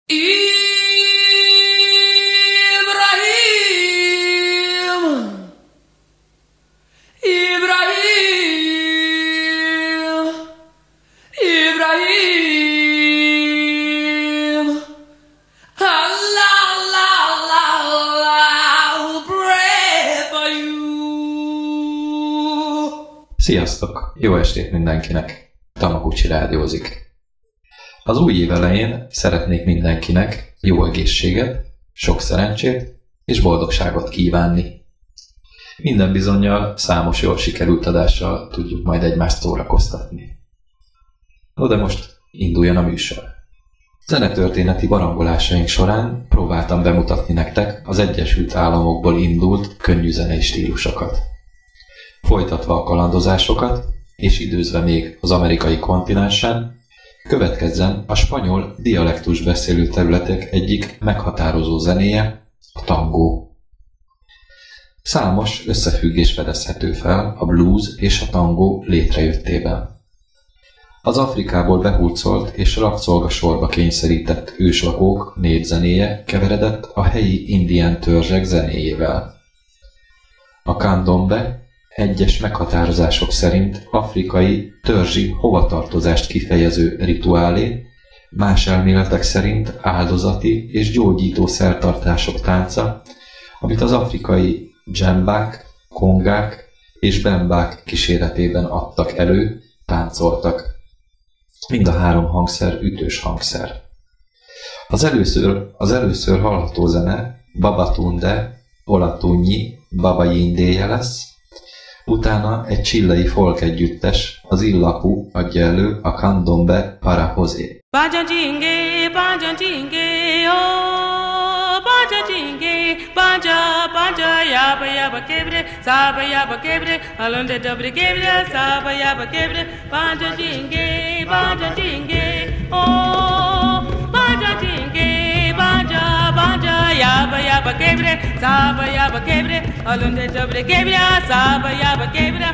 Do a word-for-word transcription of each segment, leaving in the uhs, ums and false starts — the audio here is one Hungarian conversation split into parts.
Sziasztok! Jó estét mindenkinek! Tamaguchi rádiózik. Az új év elején szeretnék mindenkinek jó egészséget, sok szerencsét és boldogságot kívánni. Minden bizonnyal számos jól sikerült adással tudjuk majd egymást szórakoztatni. No de most induljon a műsor. Zenetörténeti barangolásaink során próbáltam bemutatni nektek az Egyesült Államokból indult könnyű zenei stílusokat. Folytatva a kalandozásokat, és időzve még az amerikai kontinensen, következzen a spanyol dialektus beszélő területek egyik meghatározó zenéje, a tangó. Számos összefüggés fedezhető fel a blues és a tangó létrejöttében. Az Afrikából behurcolt és rabszolgasorba kényszerített őslakók népzenéje keveredett a helyi indián törzsek zenéjével. A candombe egyes meghatározások szerint afrikai törzsi hovatartozást kifejező rituálé, más elméletek szerint áldozati és gyógyító szertartások tánca, amit az afrikai dzsembák, kongák és bembák kíséretében adtak elő, táncoltak. Mind a három hangszer ütős hangszer. Az először, az először hallható zene Babatunde, Olatunyi, Babayindéje lesz, utána egy chilei folk együttes, az Illapu adja elő a candombe Parahozé. Bajajinge, bajajinge, oh, bajajinge, baja, baja, yaba, yaba, kebre, saba, yaba, kebre, alonde dobre kebre, saba, yaba, kebre, bajajinge, bajajinge, oh, bajajinge, baja, baja, yaba, yaba, kebre, saba, yaba, kebre, alonde dobre kebre, saba, yaba, kebre.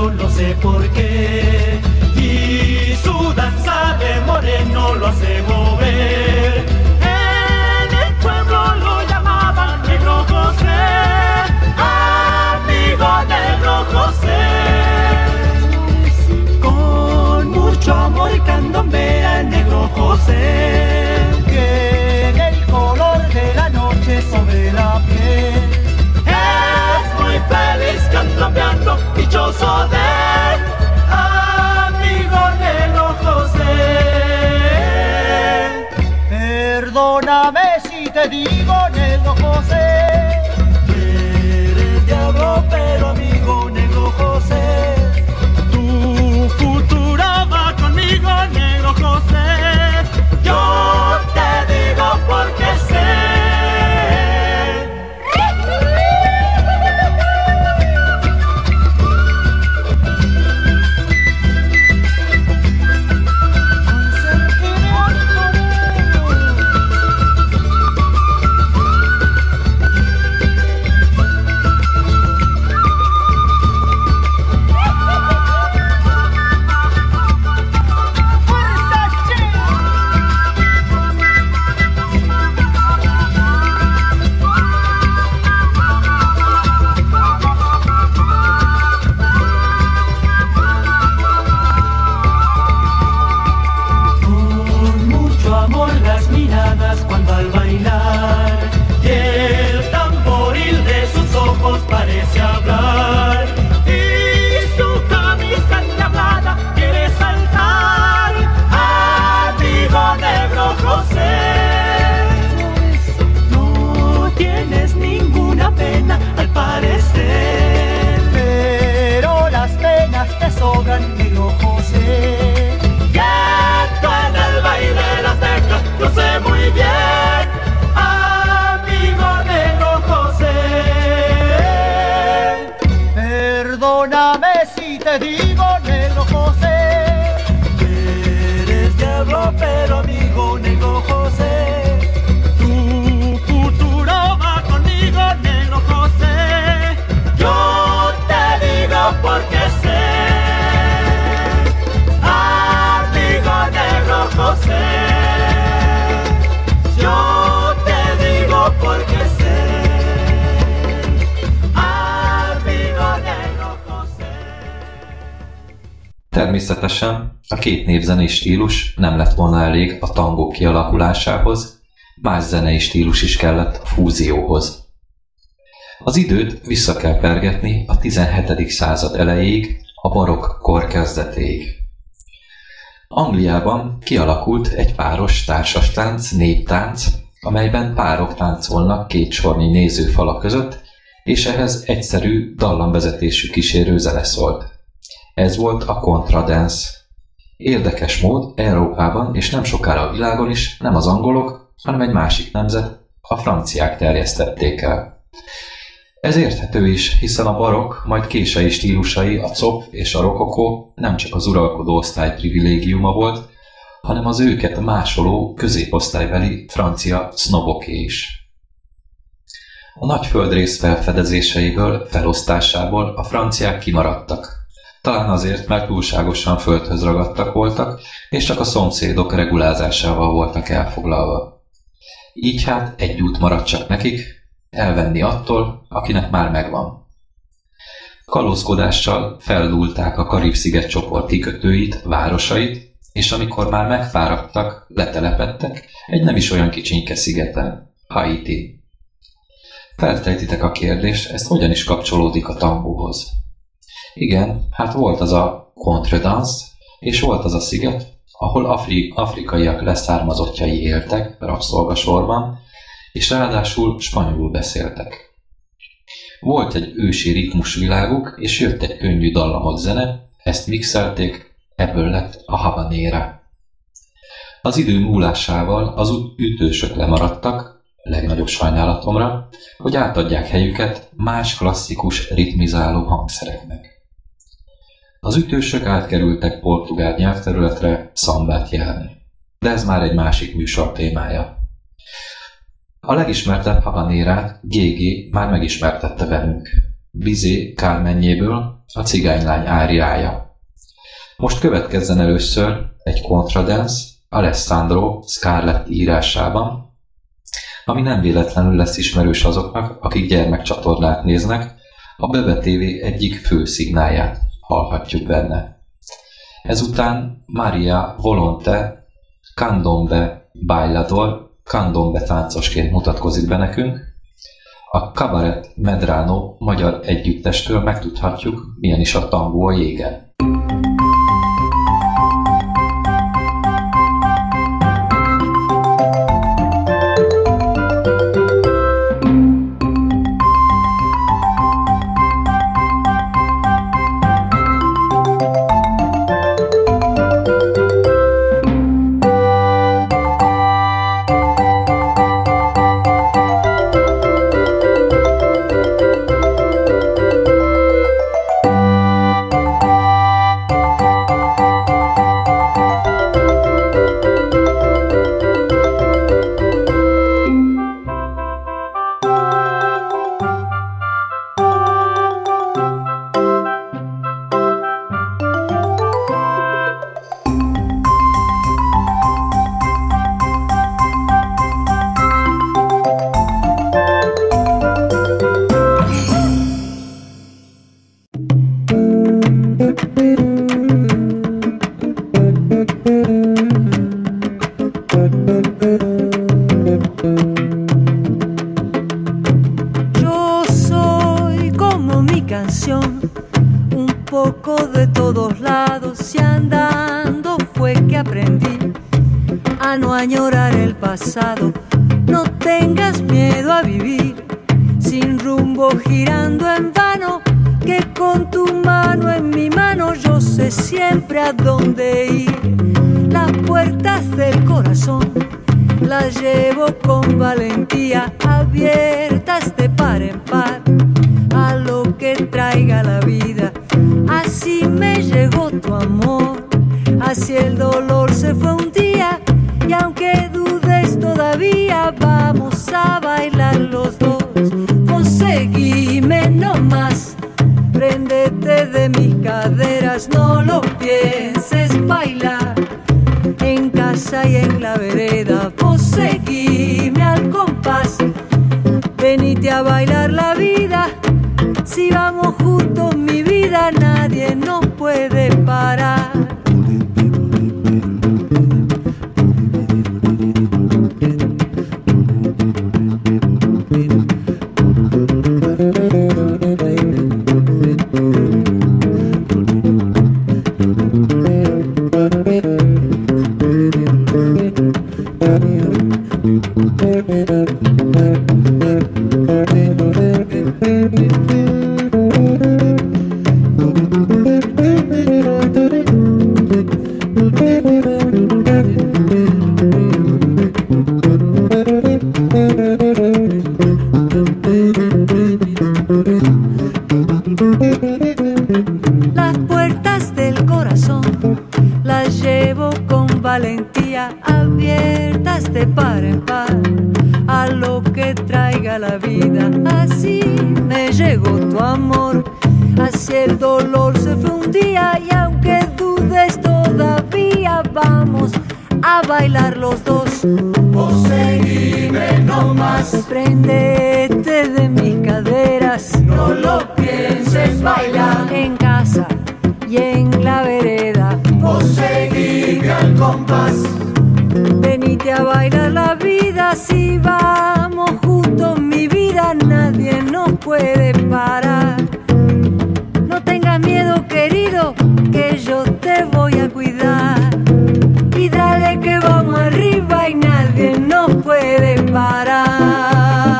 yo no sé por qué. Y su danza de moreno lo hace mover. En el pueblo lo llamaban Negro José, amigo Negro José. Con mucho amor candombea Negro José, que en el color de la noche sobre la piel es muy feliz candombeando, dichoso de él, amigo Negro José. Perdóname si te digo, Negro José, que eres diablo, pero amigo Negro José, tu futuro va conmigo, Negro José. Yo te digo porque sé. Cuando al bailar y el tamboril de sus ojos parece hablar y su camisa endiablada quiere saltar, amigo Negro José, no tienes ninguna pena al parecer, pero las penas te sobran, Negro José. Ya tú en el baile las dejas, yo sé muy bien, amigo Negro José. Perdóname si te digo, Negro José, que eres diablo, pero amigo Negro José, tu futuro va conmigo, Negro José. Yo te digo porque sé, Negro José, yo te digo porque sé, amigo Negro José. Természetesen a két névzenei stílus nem lett volna elég a tangó kialakulásához, más zenei stílus is kellett a fúzióhoz. Az időt vissza kell pergetni a tizenhetedik század elejéig, a barokk kor kezdetéig. Angliában kialakult egy páros társastánc, néptánc, amelyben párok táncolnak két sornyi nézőfalak között, és ehhez egyszerű dallamvezetésű kísérő zene szólt. Ez volt a contradance. Érdekes mód Európában és nem sokára a világon is nem az angolok, hanem egy másik nemzet, a franciák terjesztették el. Ez érthető is, hiszen a barokk, majd késői stílusai, a cop és a rokokó nem csak az uralkodó osztály privilégiuma volt, hanem az őket másoló középosztálybeli francia sznoboké is. A nagy földrész felfedezéseiből, felosztásából a franciák kimaradtak. Talán azért, mert túlságosan földhöz ragadtak voltak, és csak a szomszédok regulázásával voltak elfoglalva. Így hát egy út maradt csak nekik, elvenni attól, akinek már megvan. Kalózkodással feldúlták a Karib-sziget csoport kikötőit, városait, és amikor már megfáradtak, letelepedtek egy nem is olyan kicsinke szigeten, Haiti. Feltejtitek a kérdést, ezt hogyan is kapcsolódik a tangóhoz? Igen, hát volt az a contradance, és volt az a sziget, ahol afri- afrikaiak leszármazottjai éltek rabszolgasorban, és ráadásul spanyolul beszéltek. Volt egy ősi ritmusviláguk, és jött egy könnyű dallamos zene, ezt mixelték, ebből lett a habanera. Az idő múlásával az ütősök lemaradtak, legnagyobb sajnálatomra, hogy átadják helyüket más klasszikus ritmizáló hangszereknek. Az ütősök átkerültek portugál nyelvterületre szambát járni. De ez már egy másik műsor témája. A legismertebb habanérát gé gé már megismertette velünk. Bizet Carmenjéből, a cigánylány áriája. Most következzen először egy contradance Alessandro Scarlatti írásában, ami nem véletlenül lesz ismerős azoknak, akik gyermekcsatornát néznek, a Bebe té vé egyik fő szignálját hallhatjuk benne. Ezután Maria Volonte Candombe bailador, candombe táncosként mutatkozik be nekünk. A Cabaret Medrano magyar együttestől megtudhatjuk, milyen is a tangó a jégen. No tengas miedo a vivir sin rumbo girando en vano, que con tu mano en mi mano yo sé siempre a dónde ir. Las puertas del corazón las llevo con valentía abiertas de par en par a lo que traiga la vida. Así me llegó tu amor, así el dolor se fue un día, y aunque dudes todavía vamos a bailar los dos. Vos seguime nomás, préndete de mis caderas, no lo pienses, bailar en casa y en la vereda. Vos seguime al compás, venite a bailar la vida. Si vamos juntos mi vida nadie nos puede parar. Las puertas del corazón las llevo con valentía abiertas de par en par a lo que traiga la vida. Así me llegó tu amor, así el dolor se fue un día, y aunque dudes todavía vamos a bailar los dos. Vos seguime nomás, prendete de mis caderas, no lo pienses, bailar en casa y en la vereda. Vos seguime al compás, venite a bailar la vida. Si vamos juntos mi vida nadie nos puede parar. No tengas miedo querido, que yo te voy a cuidar. Y dale que vamos arriba y nadie nos puede parar.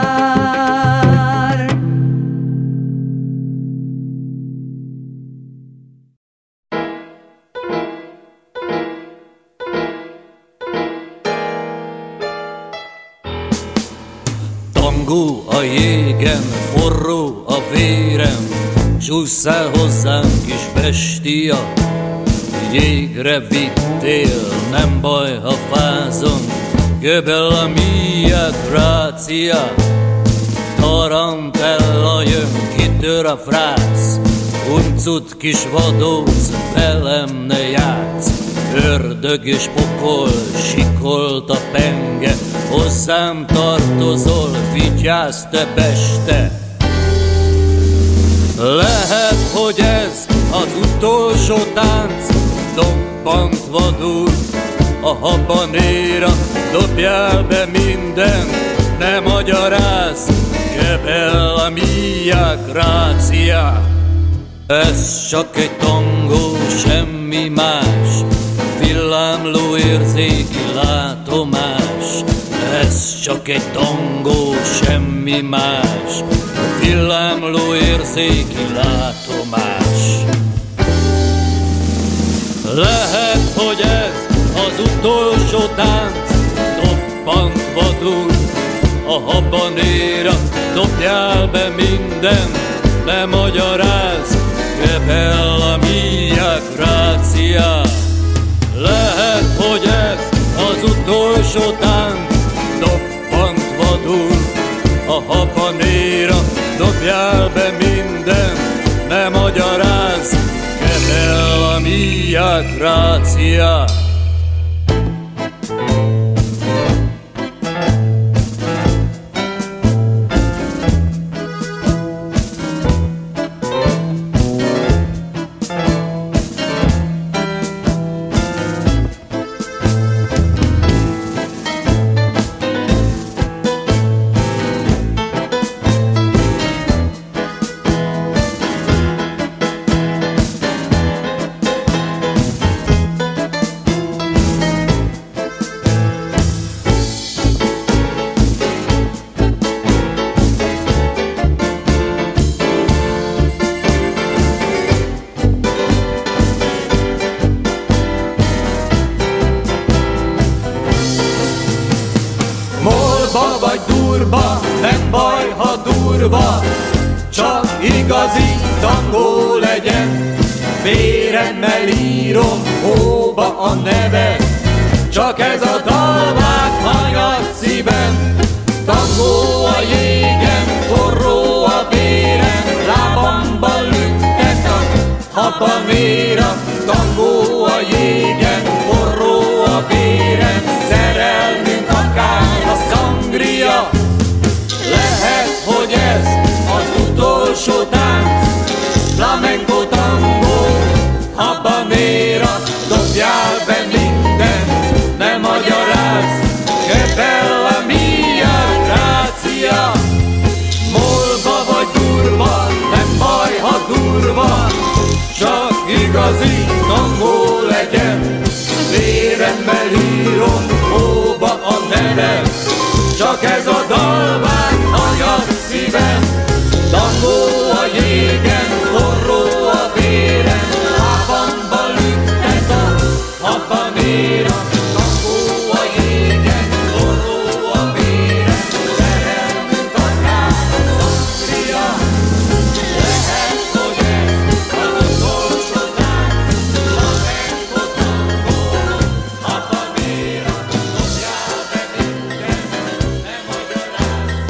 Tangó a jégen, forró a vérem, csúszál hozzánk kis bestia. Jégre vittél, nem baj, ha fázom, che bella mia grazia. Tarantella jön ki mitől a frász, uncut kis vadóc, velem ne játsz. Ördög és pokol, sikolt a penge, hozzám tartozol, vigyázz te beste. Lehet, hogy ez az utolsó tánc, dobbant vadul a habanéra, dobjál be minden, ne magyarázz, che bella mia grazia. Ez csak egy tangó, semmi más, villámló érzéki látomás. Ez csak egy tangó, semmi más, villámló érzéki látomás. Lehet, hogy ez az utolsó tánc, dobbant vadul a habanéra, dobjál be minden, ne magyarázz, che bella mia grazia. Lehet, hogy ez az utolsó tánc, dobbant vadul a habanéra, dobjál be minden, ne magyarázz, che bella mia grazia. Nem baj, ha durva, csak igazi tangó legyen. Véremmel írom hóba a nevet, csak ez a dal vág hanyat szívem. Tangó a jégen, forró a vérem, lábamban lüktet a habanéra. Tangó a jégen, forró a vérem, szerelmünk akár a szangria. Lehet, hogy ez az utolsó tánc, flamenco tangó, habanera, dobjál be minden, ne magyarázz, che bella mia grazia. Molva vagy durva, nem baj, ha durva, csak igazi tangó legyen. Véremmel írom hóba a nevem, csak ez a dal vág hanyat szívem. Tangó a jégen, forró a vérem, lábamba lüktet a habanéra. Tangó a jégen, forró a vérem, szerelmünk akár a szangria. Lehet, hogy ez az utolsó tánc, flamenco tangó, habanéra, dobjál be minden, ne magyarázz,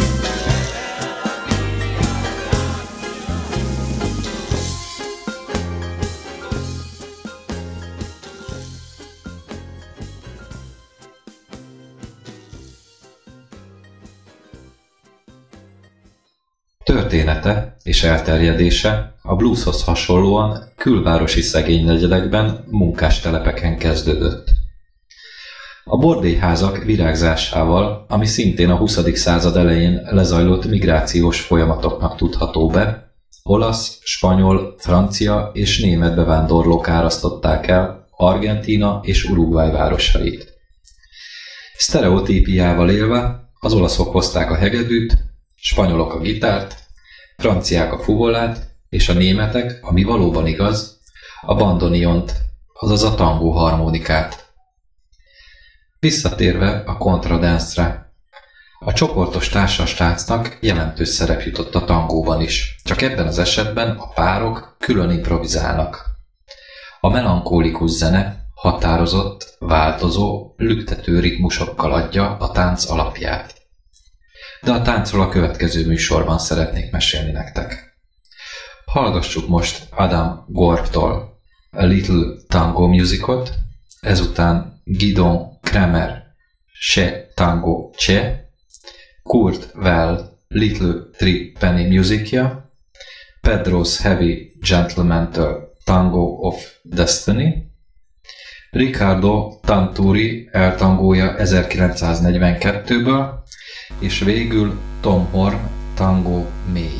Története és elterjedése a blueshoz hasonlóan külvárosi szegénynegyedekben, munkástelepeken kezdődött. A bordélyházak virágzásával, ami szintén a huszadik század elején lezajlott migrációs folyamatoknak tudható be, olasz, spanyol, francia és német bevándorlók árasztották el Argentína és Uruguay városait. Sztereotípiával élve az olaszok hozták a hegedűt, spanyolok a gitárt, franciák a fuvolát, és a németek, ami valóban igaz, a bandoniont, azaz a tangó harmonikát. Visszatérve a kontradánszre, a csoportos társastáncnak jelentős szerep jutott a tangóban is, csak ebben az esetben a párok külön improvizálnak. A melankólikus zene határozott, változó, lüktető ritmusokkal adja a tánc alapját. De a táncról a következő műsorban szeretnék mesélni nektek. Hallgassuk most Adam Gorb-tól A Little Tango Musicot, ezután Gidon Kremer Se Tango Che, Kurt Weill Little Three Penny Musicja, Pedro's Heavy Gentleman-től Tango of Destiny, Ricardo Tanturi eltangója ezerkilencszáznegyvenkettőből, és végül Tom Horn Tango Mély.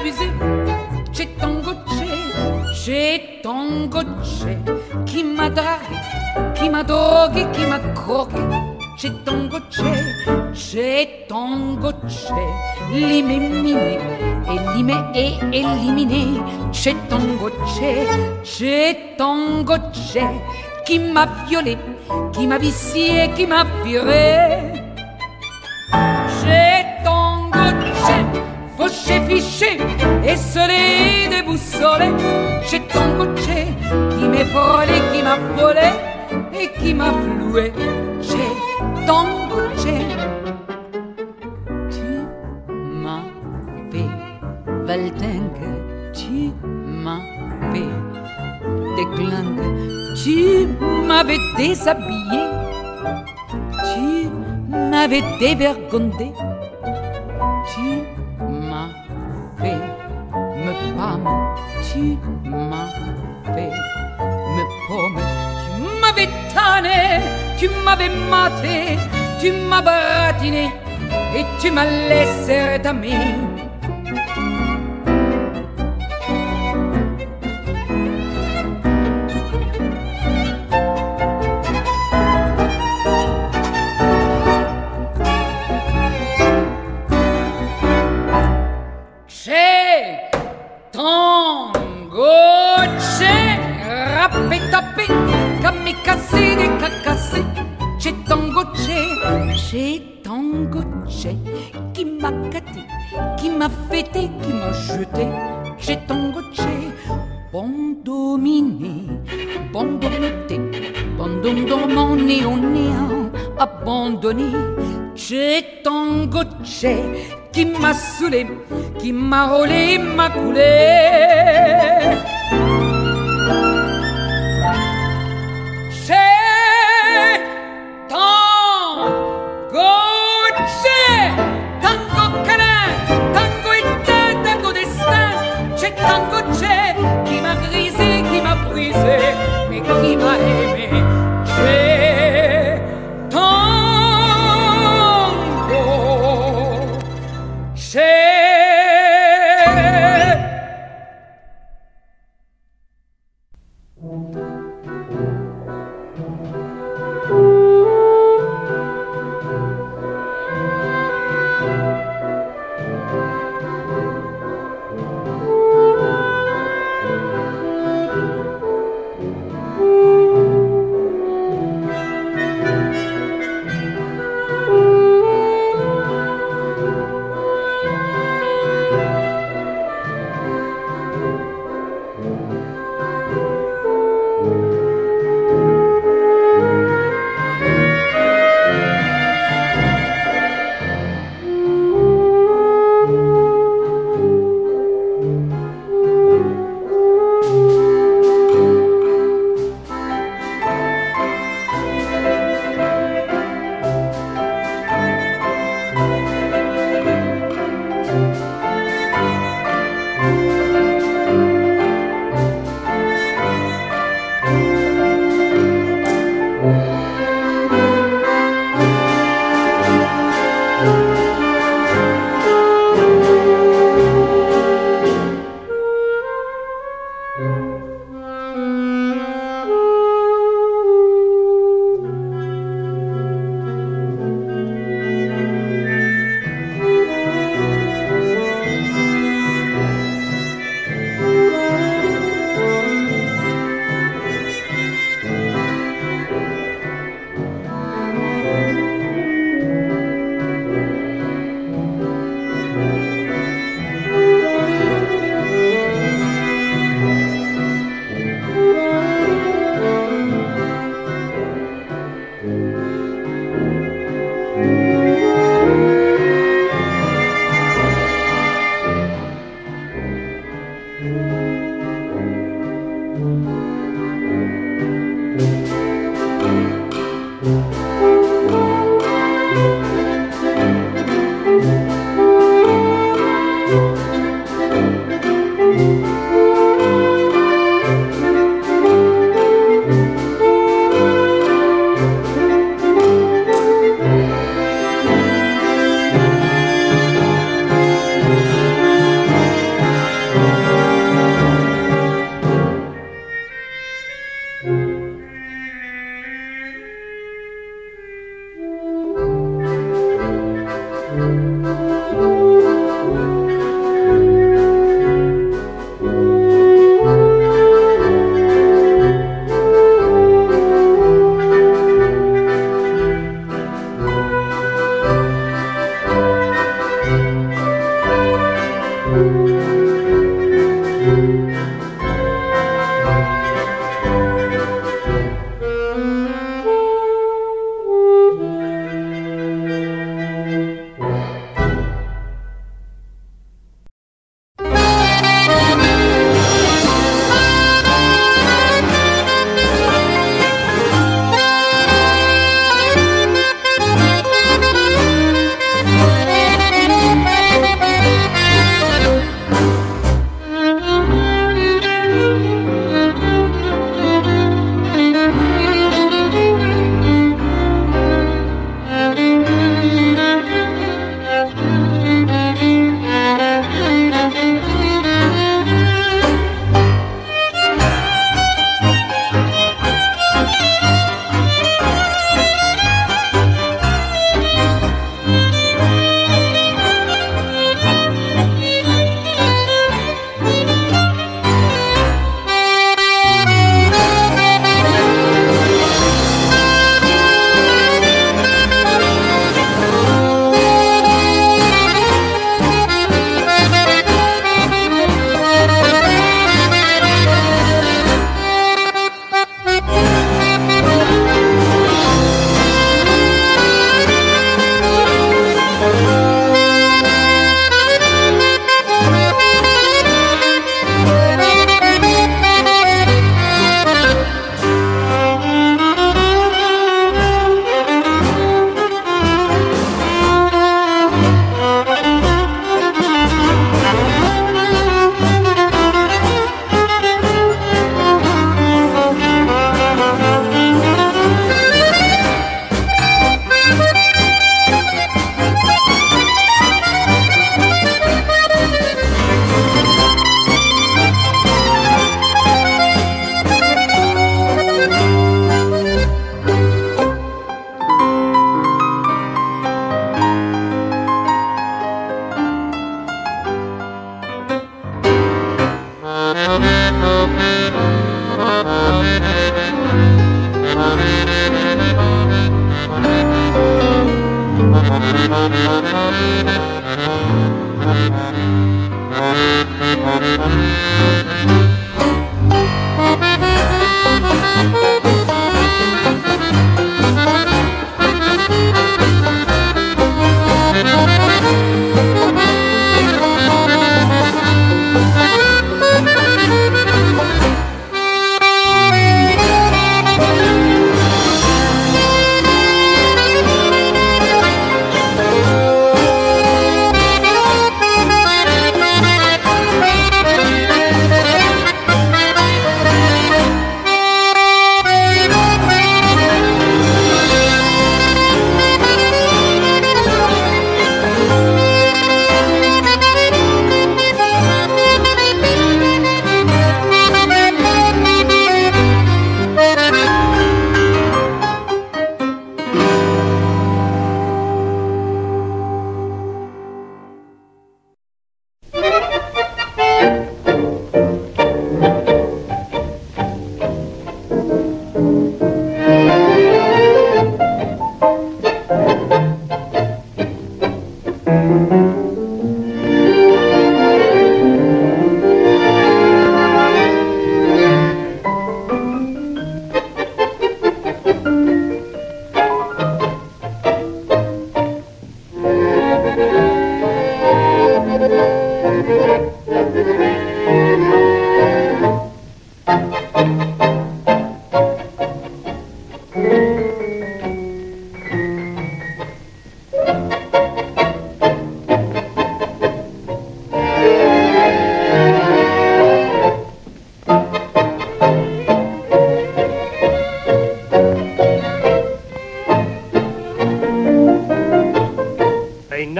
abusé. C'è tango c'è, c'è tango c'è, chi m'a dragué, chi m'a drogué, chi m'a croqué. C'è tango c'è, c'è tango c'è, l'ime miné e l'ime è éliminé. C'è tango c'è, c'è tango c'è, chi m'a violé, chi m'a vicié, chi m'a viré. C'è tango c'è, fauché, fiché et soleil des boussoles. C'è tango c'è, chi m'est frôlé, qui m'a volé et qui m'a floué. C'è tango c'è. Tu m'as fait Valdengue, tu m'as fait déclingue, tu m'avais déshabillé, tu m'avais dévergondé, tu m'as fait me pâme, tu m'as fait me pomme, tu m'avais tanné, tu m'avais maté, tu m'as baratiné et tu m'as laissé rétamer. Kamikaze des cacassés, c'è tango c'è, c'è tango c'è, qui m'a gâté, qui m'a fêté, qui m'a jeté, c'è tango c'è, bon dominé, bon dompté, bon dom dormant néo néant, abandonné, c'è tango c'è, qui m'a saoulé, qui m'a roulé, m'a coulé. Tango c'è, chi m'ha grisé, chi m'ha brisé, mais qui m'a aimé. C'è tango c'è.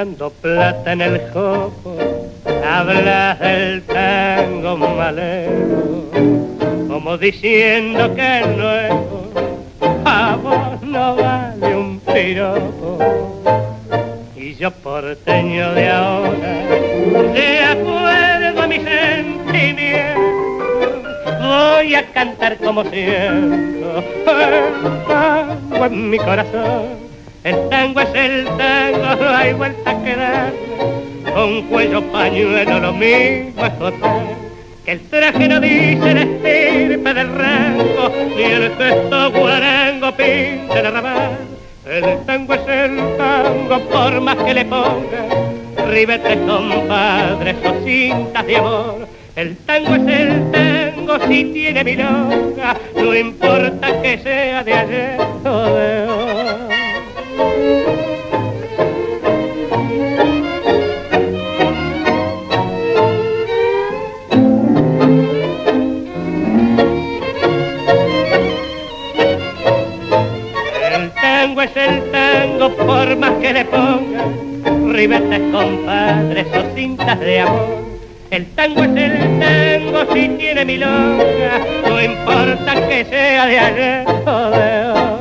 echando plata en el jopo, hablas del tango malero, como diciendo que el nuevo a vos no vale un piropo. Y yo porteño de ahora, de acuerdo a mi sentimiento, voy a cantar como siento el tango en mi corazón. El tango es el tango, no hay vuelta que dar. Con cuello pañuelo lo mismo es total. Que el traje no dice el estirpe del rango, ni el gesto guarango pinta el arrabal. El tango es el tango, por más que le ponga ribetes, compadres o cintas de amor. El tango es el tango si tiene milonga, no importa que sea de ayer o de hoy. El tango es el tango, por más que le ponga ribetes, compadres o cintas de amor. El tango es el tango si tiene milonga, no importa que sea de ayer o de hoy.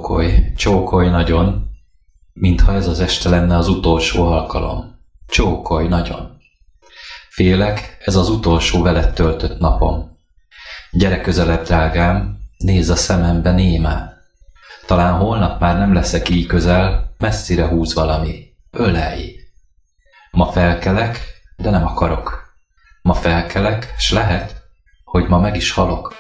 Csókolj, csókolj nagyon, mintha ez az este lenne az utolsó alkalom. Csókolj nagyon. Félek, ez az utolsó veled töltött napom. Gyere közelebb, drágám, nézz a szemembe némán. Talán holnap már nem leszek így közel, messzire húz valami. Ölelj! Ma felkelek, de nem akarok. Ma felkelek, s lehet, hogy ma meg is halok.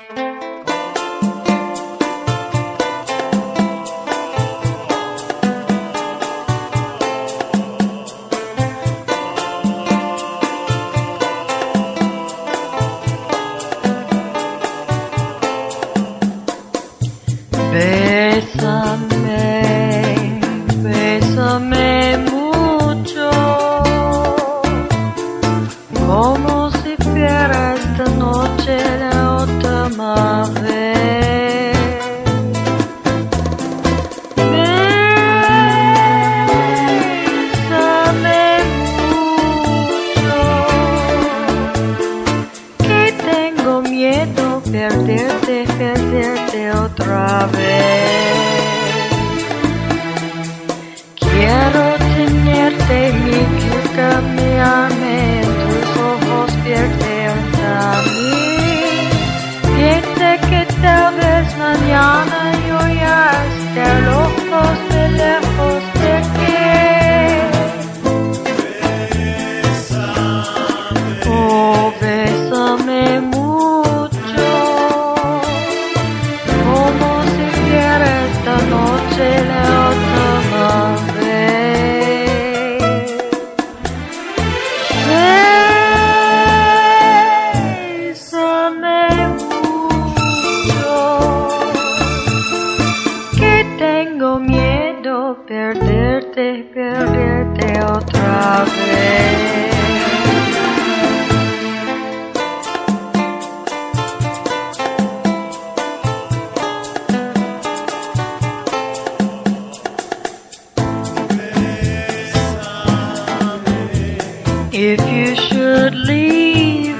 If you should leave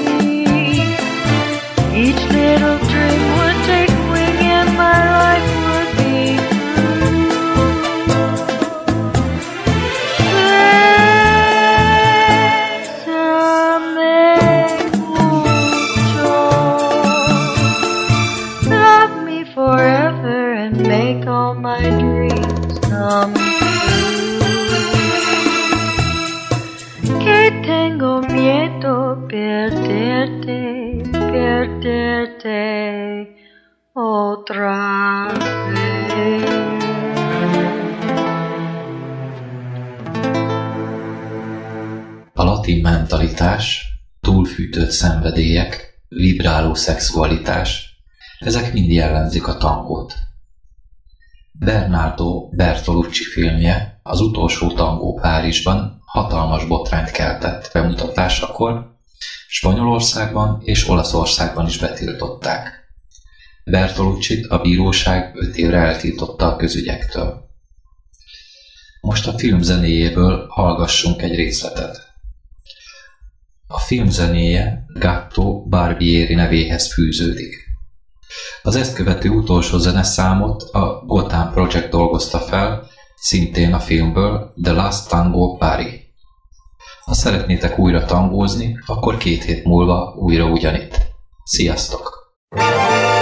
me, each little dream would take wing and my life would be through. Bésame mucho, love me forever and make all my dreams come true. Tengo miedo perderte, perderte otra vez. A latin mentalitás, túlfűtött szenvedélyek, vibráló szexualitás, ezek mind jellemzik a tangót. Bernardo Bertolucci filmje, Az utolsó tangó Párizsban hatalmas botrányt keltett bemutatásakor, Spanyolországban és Olaszországban is betiltották. Bertolucci-t a bíróság öt évre eltiltotta a közügyektől. Most a film zenéjéből hallgassunk egy részletet. A film zenéje Gatto Barbieri nevéhez fűződik. Az ezt követő utolsó zeneszámot a Gotham Project dolgozta fel, szintén a filmből, The Last Tango Paris. Ha szeretnétek újra tangózni, akkor két hét múlva újra ugyanitt. Sziasztok!